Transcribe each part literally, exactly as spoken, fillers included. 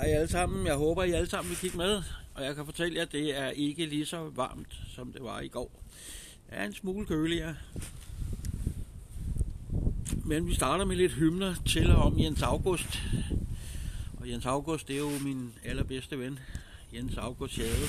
Hej alle sammen, jeg håber I alle sammen vil kigge med, og jeg kan fortælle jer, at det er ikke lige så varmt, som det var i går. Det er en smule køligere. Men vi starter med lidt hymner til og om Jens August. Og Jens August, det er jo min allerbedste ven, Jens August Schade.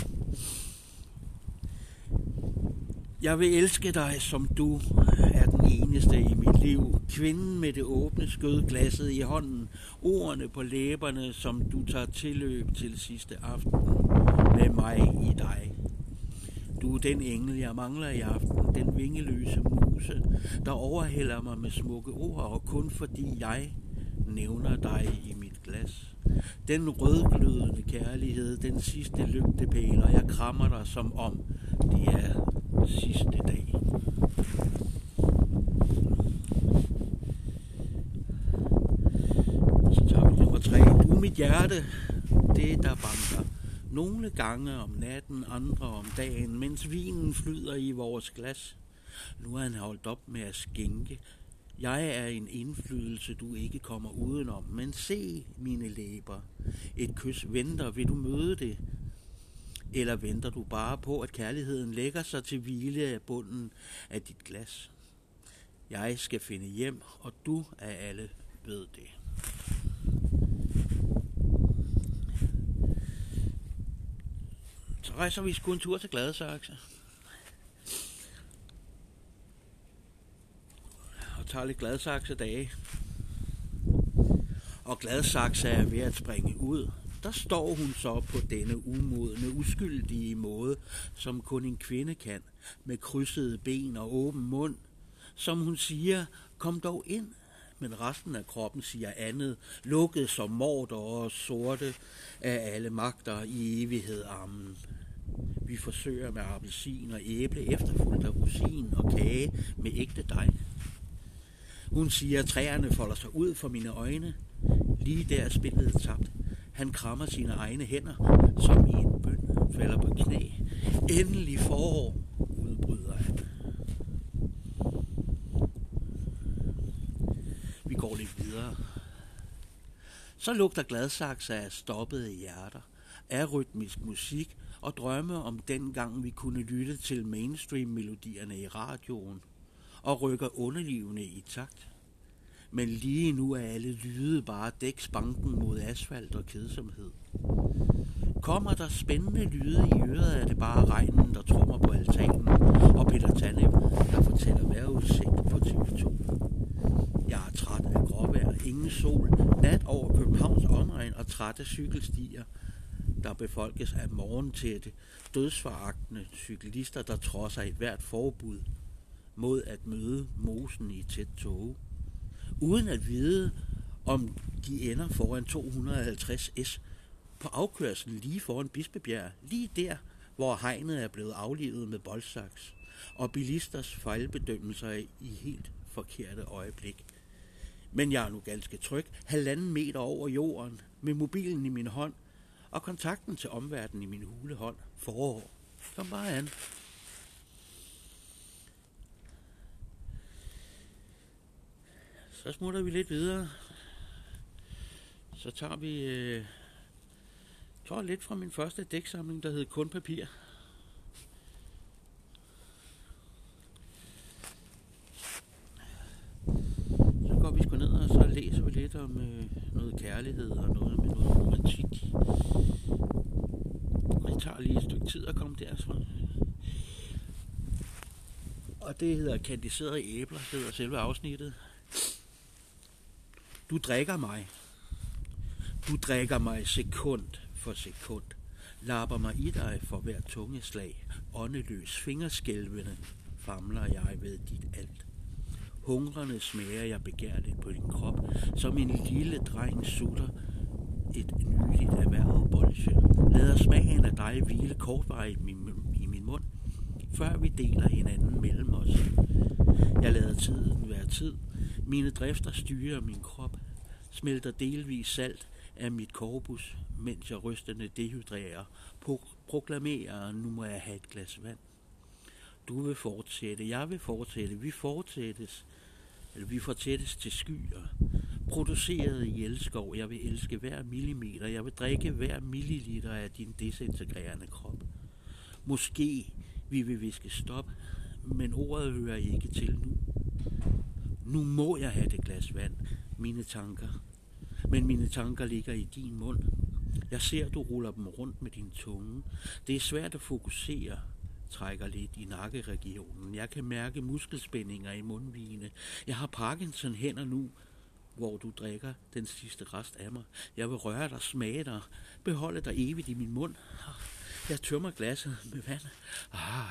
Jeg vil elske dig, som du er den eneste i mit liv. Kvinden med det åbne skød, glasset i hånden. Ordene på læberne, som du tager tilløb til sidste aften. Med mig i dig. Du er den engel, jeg mangler i aften. Den vingeløse muse, der overhælder mig med smukke ord. Og kun fordi jeg nævner dig i mit glas. Den rødglødende kærlighed, den sidste lygtepæl, og jeg krammer dig som om det er sidste dag. Så tager vi nummer tre. Du er mit hjerte, det der banker. Nogle gange om natten, andre om dagen, mens vinen flyder i vores glas. Nu er han holdt op med at skænke. Jeg er en indflydelse, du ikke kommer udenom, men se mine læber. Et kys venter, vil du møde det? Eller venter du bare på, at kærligheden lægger sig til hvile af bunden af dit glas? Jeg skal finde hjem, og du af alle ved det. Så rejser vi sgu en tur til Gladsaxe. Og tager lidt Gladsaxe dage. Og Gladsaxe er ved at springe ud. Der står hun så på denne umodne, uskyldige måde, som kun en kvinde kan, med krydsede ben og åben mund. Som hun siger, kom dog ind, men resten af kroppen siger andet, lukket som morder og sorte af alle magter i evighed armen. Vi forsøger med appelsin og æble, efterfulgt af rosin og kage med ægte dej. Hun siger, træerne folder sig ud for mine øjne. Lige der er spillet tabt. Han krammer sine egne hænder, som i en bøn falder på knæ. Endelig forår, udbryder han. Vi går lidt videre. Så lugter Gladsaxe af stoppede hjerter, af rytmisk musik og drømme om den gang vi kunne lytte til mainstream-melodierne i radioen og rykker underlivende i takt. Men lige nu er alle lyde bare dæksbanken mod asfalt og kedsomhed. Kommer der spændende lyde i øret, er det bare regnen, der trummer på altanen, og Peter Tanev, der fortæller vejrudsigt på T V to. Jeg er træt af gråvejr, ingen sol, nat over Københavns omegn og trætte cykelstier, der befolkes af morgentætte, dødsforagtende cyklister, der trodser et hvert forbud mod at møde mosen i tæt tåge. Uden at vide, om de ender foran to hundrede og halvtreds S på afkørslen lige foran Bispebjerg, lige der, hvor hegnet er blevet aflivet med boldsaks, og bilisters fejlbedømmelser i helt forkerte øjeblik. Men jeg er nu ganske tryg, halvanden meter over jorden, med mobilen i min hånd, og kontakten til omverdenen i min hulehånd. Forår. Kom bare an. Så smutter vi lidt videre. Så tager vi øh, tager lidt fra min første dæksamling, der hed Kun Papir. Så går vi sgu ned, og så læser vi lidt om øh, noget kærlighed og noget med noget romantik. Det tager lige et stykke tid at komme derfra. Og det hedder Kandiserede æbler, det hedder selve afsnittet. Du drikker mig. Du drikker mig sekund for sekund. Lapper mig i dig for hver tungeslag. Åndeløs fingerskælvende famler jeg ved dit alt. Hungrende smager jeg begærligt på din krop, som en lille dreng sutter et nyligt erhvervet bolsje. Lader smagen af dig hvile kortvarigt i min, i min mund, før vi deler hinanden mellem os. Jeg lader tiden være tid. Mine drifter styrer min krop, smelter delvis salt af mit korpus, mens jeg rystende dehydrerer, pro- proklamerer, nu må jeg have et glas vand. Du vil fortsætte, jeg vil fortsætte, vi fortsættes, eller vi fortsættes til skyer. produceret i elskov. Jeg vil elske hver millimeter. Jeg vil drikke hver milliliter af din desintegrerende krop. Måske vi vil viske stop, men ordet hører ikke til nu. Nu må jeg have det glas vand, mine tanker. Men mine tanker ligger i din mund. Jeg ser, du ruller dem rundt med din tunge. Det er svært at fokusere. Trækker lidt i nakkeregionen. Jeg kan mærke muskelspændinger i mundvigene. Jeg har Parkinson hænder nu, hvor du drikker den sidste rest af mig. Jeg vil røre dig, smage dig, beholde dig evigt i min mund. Jeg tømmer glasset med vand. Ah.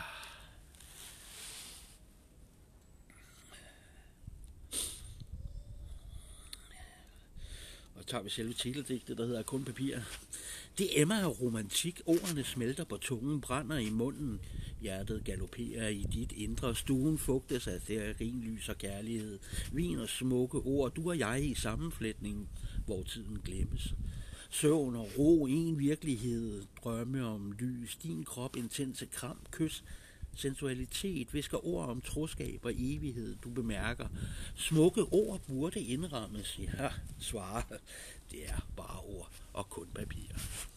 Og tager vi selve titeldigtet, der hedder Kun papir. Det emmer af romantik. Ordene smelter på tungen, brænder i munden. Hjertet galopperer i dit indre. Stuen fugtes af stearinlys og kærlighed. Vin og smukke ord. Du og jeg i sammenflætning, hvor tiden glemmes. Søvn og ro, en virkelighed. Drømme om lys. Din krop, intense kram, kys. Sensualitet, visker ord om troskab og evighed, du bemærker. Smukke ord burde indrammes. Ja, svare. Det er bare ord og kun papir.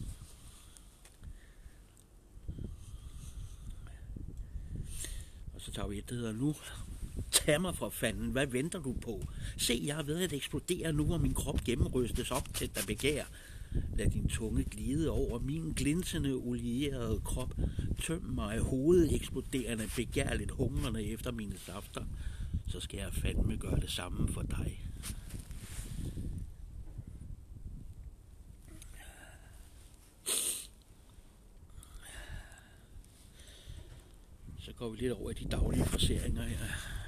Og så tager vi et, der hedder nu. Tag mig fra fanden, hvad venter du på? Se, jeg er ved at eksplodere nu, og min krop gennemrystes op til at begær. Lad din tunge glide over min glinsende, olierede krop. Tøm mig hovedet eksploderende, begærligt hungrende efter mine safter. Så skal jeg fandme gøre det samme for dig. Så går vi lidt over i de daglige fraseringer her.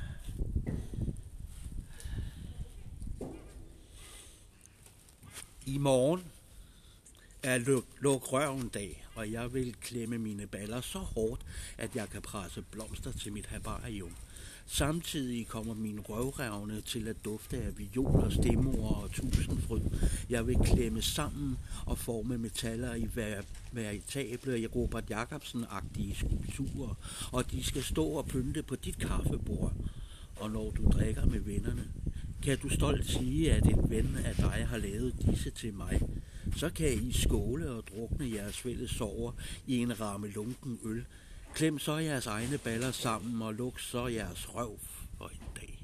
I morgen er luk, luk røven dag, og jeg vil klemme mine baller så hårdt, at jeg kan presse blomster til mit herbarium. Samtidig kommer mine røvrevne til at dufte af violer, stemmer og tusindfryd. Jeg vil klemme sammen og forme metaller i ver- veritable Robert Jacobsen-agtige skulpturer, og de skal stå og pynte på dit kaffebord. Og når du drikker med vennerne, kan du stolt sige, at en ven af dig har lavet disse til mig. Så kan I skåle og drukne jeres fælles sorger i en ramme lunken øl. Klem så jeres egne baller sammen og luk så jeres røv for en dag.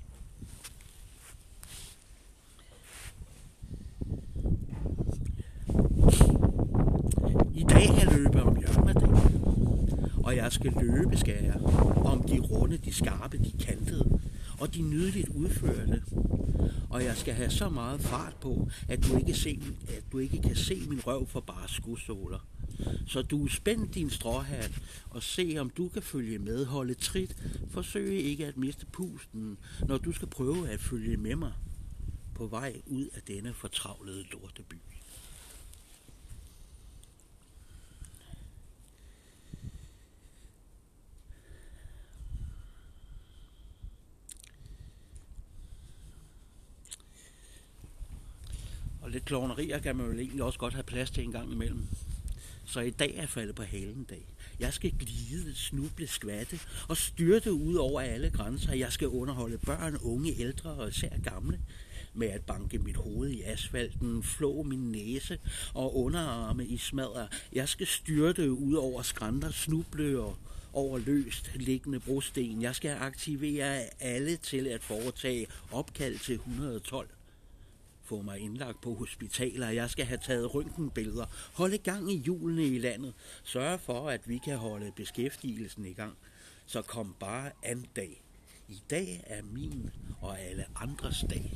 I dag er løbe om hjørnedag, og jeg skal løbe skal jeg, om de runde, de skarpe, de kantede, og de nydeligt udførte. Og jeg skal have så meget fart på, at du ikke, se, at du ikke kan se min røv for bare skosåler. Så du spænd din stråhat og se, om du kan følge med, holde trit. Forsøg ikke at miste pusten, når du skal prøve at følge med mig på vej ud af denne fortravlede lorteby. Og lidt klovnerier kan man jo egentlig også godt have plads til en gang imellem. Så i dag er faldet på halen dag. Jeg skal glide, snuble, skvatte og styrte ud over alle grænser. Jeg skal underholde børn, unge, ældre og især gamle med at banke mit hoved i asfalten, flå min næse og underarme i smadder. Jeg skal styrte ud over skrænter, snuble og over løst liggende brosten. Jeg skal aktivere alle til at foretage opkald til et hundrede og tolv. Få mig indlagt på hospitaler. Jeg skal have taget røntgenbilleder. Holde gang i hjulene i landet. Sørge for, at vi kan holde beskæftigelsen i gang. Så kom bare an dag. I dag er min og alle andres dag.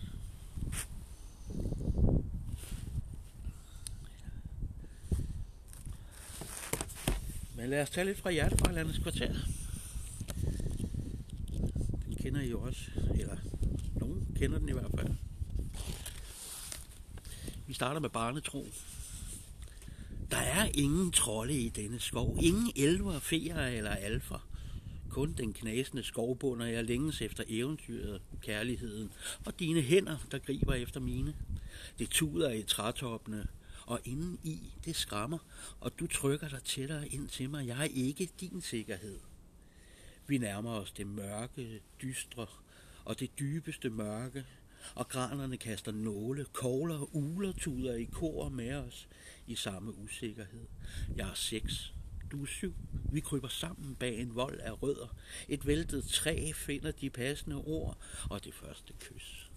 Men lad os tage lidt fra Hjertefejlernes Kvarter. Den kender I jo også. Eller nogen kender den i hvert fald. Vi starter med barnetro. Der er ingen trolde i denne skov. Ingen elver, feer eller alfer. Kun den knasende skovbund, og jeg længes efter eventyret, kærligheden og dine hænder, der griber efter mine. Det tuder i trætoppene, og inden i det skræmmer, og du trykker dig tættere ind til mig. Jeg er ikke din sikkerhed. Vi nærmer os det mørke, dystre og det dybeste mørke, og granerne kaster nåle, kogler, uler, tuder i kor med os i samme usikkerhed. Jeg er seks, du er syv. Vi kryber sammen bag en vold af rødder. Et væltet træ finder de passende ord og det første kys.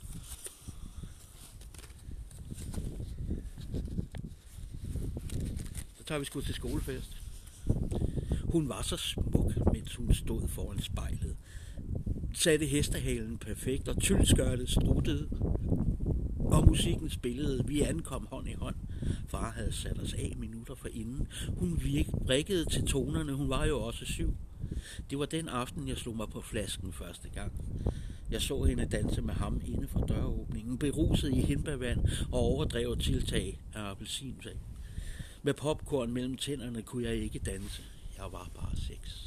Så tager vi sgu til skolefest. Hun var så smuk, mens hun stod foran spejlet. Satte hestehalen perfekt, og tyldskørtet struttede, og musikken spillede. Vi ankom hånd i hånd. Far havde sat os af minutter forinden. Hun vrikkede til tonerne. Hun var jo også syv. Det var den aften, jeg slog mig på flasken første gang. Jeg så hende danse med ham inde for døråbningen, beruset i hindbærvand og overdrevet tiltag af appelsinsag. Med popcorn mellem tænderne kunne jeg ikke danse. Jeg var bare seks.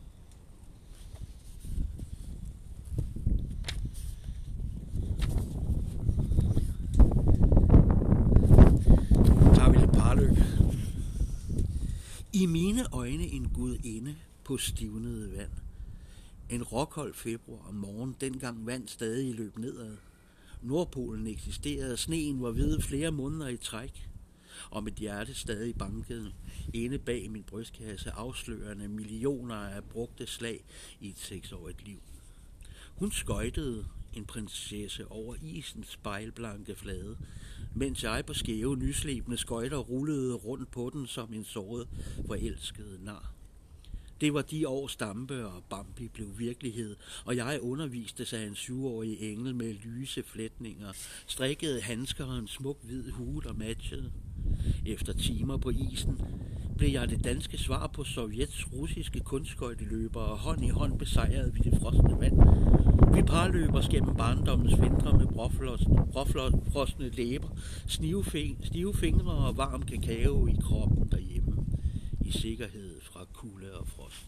Tager vi lidt parløb. I mine øjne en gudinde på stivnede vand. En råkold februar om morgen, dengang vand stadig løb nedad. Nordpolen eksisterede, sneen var hvide flere måneder i træk, og mit hjerte stadig bankede inde bag min brystkasse, afslørende millioner af brugte slag i et seksårigt liv. Hun skøjtede en prinsesse over isens spejlblanke flade, mens jeg på skæve, nyslebende skøjter rullede rundt på den som en såret, forelsket nar. Det var de år Stampe og Bambi blev virkelighed, og jeg underviste af en syvårig engel med lyse flætninger, strikkede handsker og en smuk hvid hue, der matchede. Efter timer på isen blev jeg det danske svar på Sovjets russiske kunstskøjteløbere, og hånd i hånd besejrede vi det frosne vand. Vi parløber gennem barndommens vintre med brofrosne læber, stive, fing- stive fingre og varm kakao i kroppen derhjemme, i sikkerhed fra kulde og frost.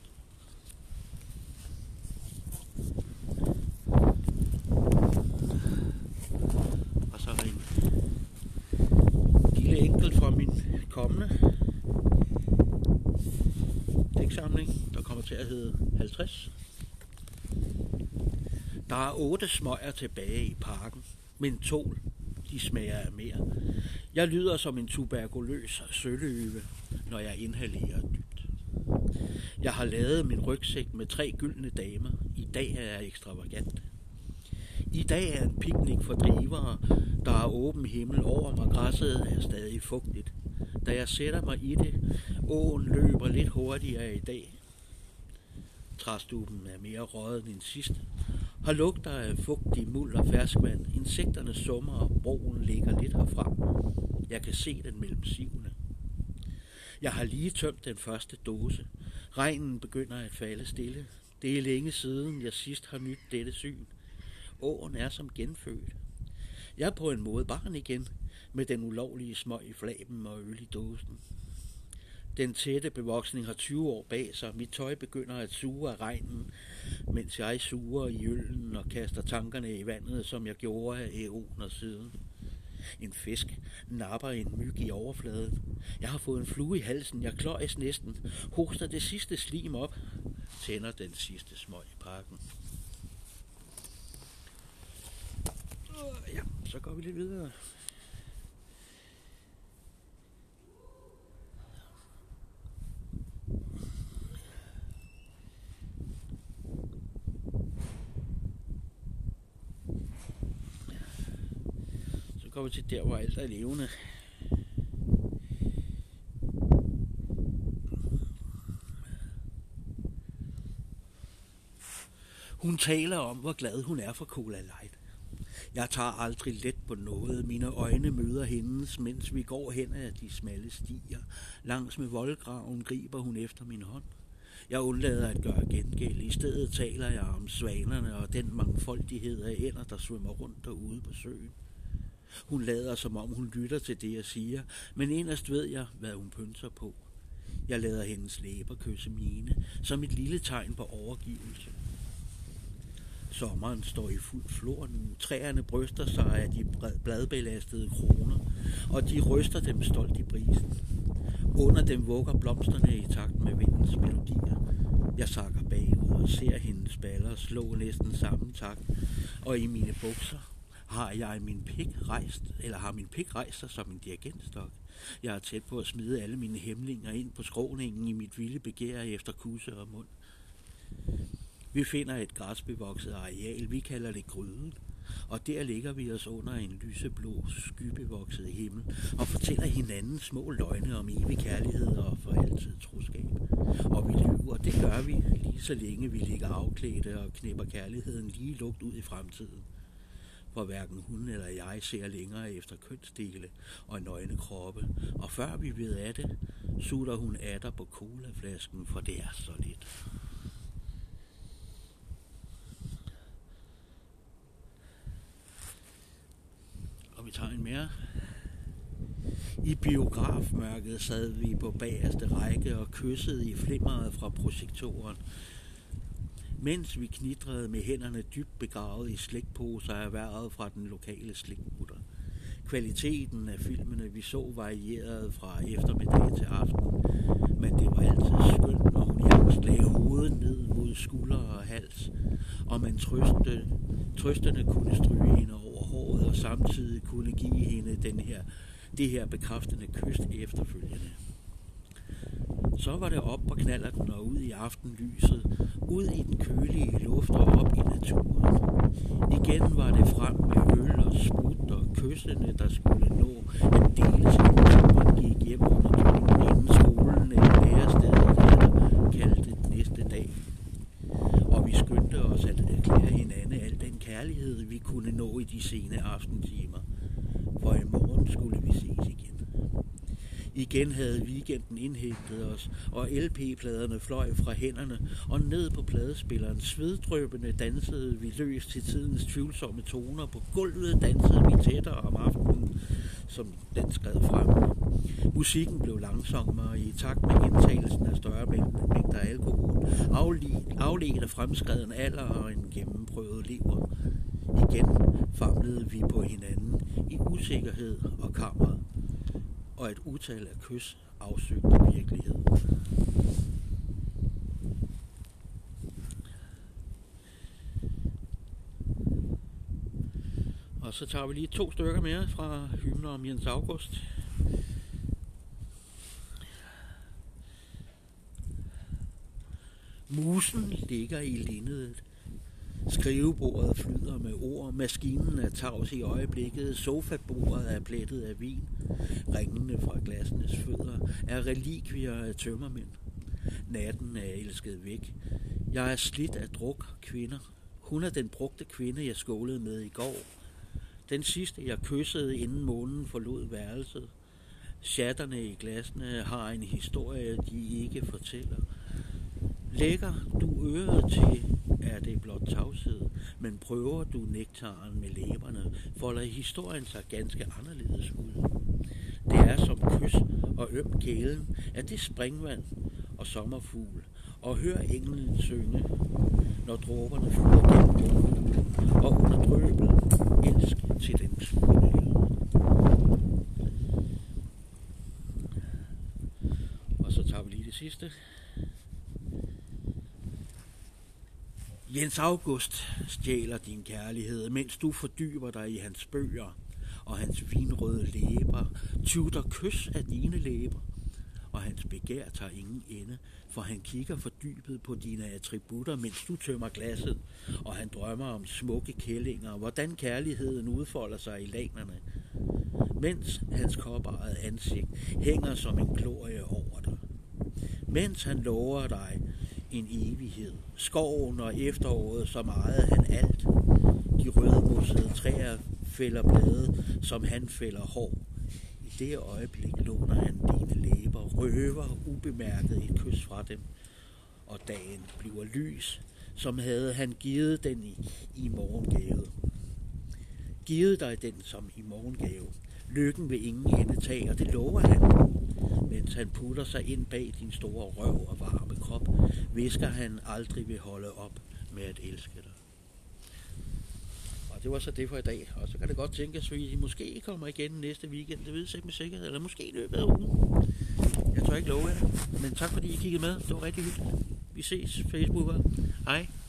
Og så en lille enkelt fra min kommende digtsamling, der kommer til at hedde halvtreds. Der er otte smøger tilbage i parken, men tål, de smager af mere. Jeg lyder som en tuberkuløs søløve, når jeg inhalerer dybt. Jeg har lavet min rygsæk med tre gyldne damer. I dag er jeg ekstravagant. I dag er en picnic for drivere. Der er åben himmel over mig. Græsset er stadig fugtigt. Da jeg sætter mig i det, åen løber lidt hurtigere i dag. Træstuben er mere røget end sidste. Har lugter af fugtig muld og ferskvand. Insekterne summer, og broen ligger lidt herfra. Jeg kan se den mellem sivene. Jeg har lige tømt den første dåse. Regnen begynder at falde stille. Det er længe siden, jeg sidst har nyt dette syn. Åen er som genfødt. Jeg er på en måde barn igen, med den ulovlige smøg i flaben og øl i dåsen. Den tætte bevoksning har tyve år bag sig. Mit tøj begynder at suge af regnen, mens jeg suger i øllen og kaster tankerne i vandet, som jeg gjorde af æoner siden. En fisk napper en myg i overfladen. Jeg har fået en flue i halsen. Jeg kløjes næsten. Hoster det sidste slim op. Tænder den sidste smøg i parken. Ja, så går vi lidt videre. Så går vi til der, hvor alt er levende. Hun taler om, hvor glad hun er for Cola Light. Jeg tager aldrig let på noget. Mine øjne møder hendes, mens vi går hen ad de smalle stier. Langs med voldgraven griber hun efter min hånd. Jeg undlader at gøre gengæld. I stedet taler jeg om svanerne og den mangfoldighed af ænder, der svømmer rundt derude på søen. Hun lader, som om hun lytter til det, jeg siger, men inderst ved jeg, hvad hun pynser på. Jeg lader hendes læber kysse mine, som et lille tegn på overgivelse. Sommeren står i fuld flor nu. Træerne bryster sig af de bladbelastede kroner, og de ryster dem stolt i brisen. Under dem vugger blomsterne i takt med vindens melodier. Jeg sakker bagud og ser hendes baller slå næsten samme takt, og i mine bukser Har jeg min pik rejst, eller har min pik rejst sig som en dirigentstok? Jeg er tæt på at smide alle mine hæmlinger ind på skråningen i mit vilde begær efter kusse og mund. Vi finder et græsbevokset areal, vi kalder det Gryden, og der ligger vi os under en lyseblå, skybevokset himmel og fortæller hinanden små løgne om evig kærlighed og for altid troskab. Og vi lyver, det gør vi, lige så længe vi ligger afklædte og knæpper kærligheden lige lugt ud i fremtiden. For hverken hun eller jeg ser længere efter kønsdele og nøgne kroppe, og før vi ved af det, sutter hun atter på colaflasken, for det er så lidt. Og vi tager en mere. I biografmørket sad vi på bagerste række og kyssede i flimmeret fra projektoren, mens vi knitrede med hænderne dybt begravet i slikposer erhvervet fra den lokale slikbutter. Kvaliteten af filmene vi så varierede fra eftermiddag til aften, men det var altid skønt, når hun nærmest lagde hovedet ned mod skulder og hals, og man trøste, trøstende kunne stryge hende over håret og samtidig kunne give hende den her, det her bekræftende kys efterfølgende. Så var det op på knallerten og ud i aftenlyset, ud i den kølige luft og op i naturen. Igen var det frem med øl og sprut og kyssene, der skulle nå at dele sig, man gik hjem under dynen, inden skolen eller lærestedet der kaldte næste dag. Og vi skyndte os at erklære hinanden al den kærlighed, vi kunne nå i de sene aftentimer. For i morgen skulle vi ses igen. Igen havde weekenden indhentet os, og L P-pladerne fløj fra hænderne, og ned på pladespilleren sveddrøbende dansede vi løs til tidens tvivlsomme toner. På gulvet dansede vi tættere om aftenen, som den skred frem. Musikken blev langsommere i takt med indtagelsen af større mængder alkohol, afledt af fremskreden alder og en gennemprøvet lever. Igen famlede vi på hinanden i usikkerhed og kammeret, og et utal af kys afsøgte virkelighed. Og så tager vi lige to stykker mere fra hymner om Jens August. Musen ligger i lindet. Skrivebordet flyder med ord, maskinen er tavs i øjeblikket, sofabordet er plettet af vin, ringene fra glassenes fødder er relikvier af tømmermænd. Natten er elsket væk. Jeg er slidt af druk kvinder. Hun er den brugte kvinde, jeg skålede med i går. Den sidste, jeg kyssede, inden månen forlod værelset. Chatterne i glassene har en historie, de ikke fortæller. Lægger du øret til, er det blot tavshed, men prøver du nektaren med læberne, folder historien sig ganske anderledes ud. Det er som kys og øm kælen, at det springvand og sommerfugl, og hør englen synge, når dråberne flyder gennem jorden, og under drøbet elsk til den smukke lyd. Og så tager vi lige det sidste. Jens August stjæler din kærlighed, mens du fordyber dig i hans bøger, og hans vinrøde læber tuter kys af dine læber, og hans begær tager ingen ende, for han kigger fordybet på dine attributter, mens du tømmer glasset, og han drømmer om smukke kællinger, hvordan kærligheden udfolder sig i lanerne, mens hans kopparede ansigt hænger som en glorie over dig, mens han lover dig en evighed, skoven og efteråret, så meget han alt. De rødmossede træer fælder blade, som han fælder hår. I det øjeblik låner han dine læber, røver ubemærket et kys fra dem, og dagen bliver lys, som havde han givet den i, i morgengave. Givet dig den som i morgengave. Lykken vil ingen ende tage, og det lover han. Mens han putter sig ind bag din store røv og varme krop, visker han aldrig vil holde op med at elske dig. Og det var så det for i dag, og så kan det godt tænkes, at vi måske kommer igen næste weekend, det ved jeg ikke med sikkerhed, eller måske i løbet af ugen. Jeg tør ikke love jer, men tak fordi I kiggede med, det var rigtig hyggeligt. Vi ses, Facebooker. Hej.